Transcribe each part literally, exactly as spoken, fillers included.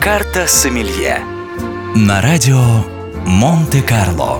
Карта сомелье. На радио Монте-Карло.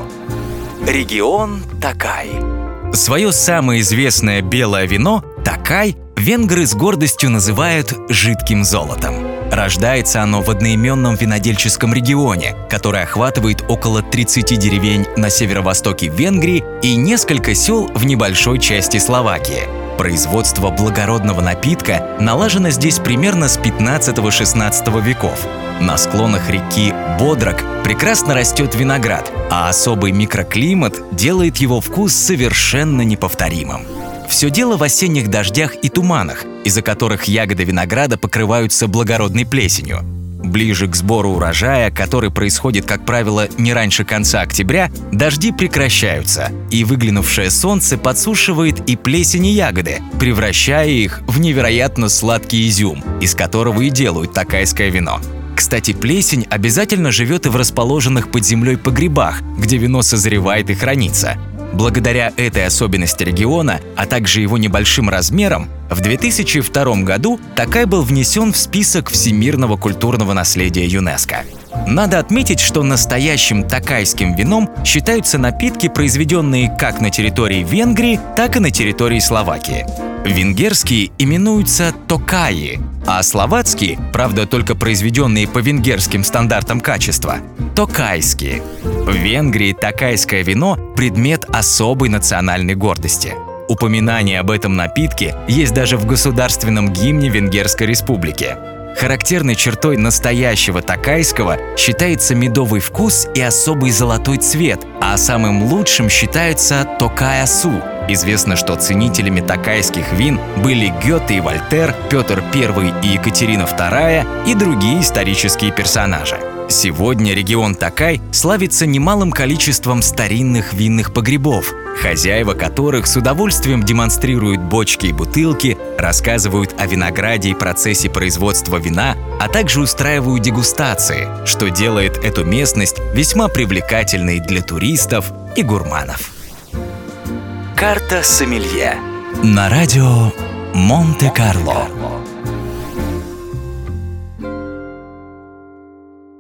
Регион Токай. Свое самое известное белое вино Токай венгры с гордостью называют жидким золотом. Рождается оно в одноименном винодельческом регионе, который охватывает около тридцати деревень на северо-востоке Венгрии и несколько сел в небольшой части Словакии. Производство благородного напитка налажено здесь примерно с пятнадцатого-шестнадцатого веков. На склонах реки Бодрак прекрасно растет виноград, а особый микроклимат делает его вкус совершенно неповторимым. Все дело в осенних дождях и туманах, из-за которых ягоды винограда покрываются благородной плесенью. Ближе к сбору урожая, который происходит, как правило, не раньше конца октября, дожди прекращаются, и выглянувшее солнце подсушивает и плесень, и ягоды, превращая их в невероятно сладкий изюм, из которого и делают токайское вино. Кстати, плесень обязательно живет и в расположенных под землей погребах, где вино созревает и хранится. Благодаря этой особенности региона, а также его небольшим размерам, в две тысячи втором году Токай был внесен в список всемирного культурного наследия ЮНЕСКО. Надо отметить, что настоящим токайским вином считаются напитки, произведенные как на территории Венгрии, так и на территории Словакии. Венгерские именуются токаи, а словацкие, правда, только произведенные по венгерским стандартам качества, токайские. В Венгрии токайское вино – предмет особой национальной гордости. Упоминание об этом напитке есть даже в государственном гимне Венгерской республики. Характерной чертой настоящего токайского считается медовый вкус и особый золотой цвет, а самым лучшим считается токай-асу. Известно, что ценителями токайских вин были Гёте и Вольтер, Петр Первый и Екатерина Вторая и другие исторические персонажи. Сегодня регион Токай славится немалым количеством старинных винных погребов, хозяева которых с удовольствием демонстрируют бочки и бутылки, рассказывают о винограде и процессе производства вина, а также устраивают дегустации, что делает эту местность весьма привлекательной для туристов и гурманов. Карта сомелье. На радио Монте-Карло.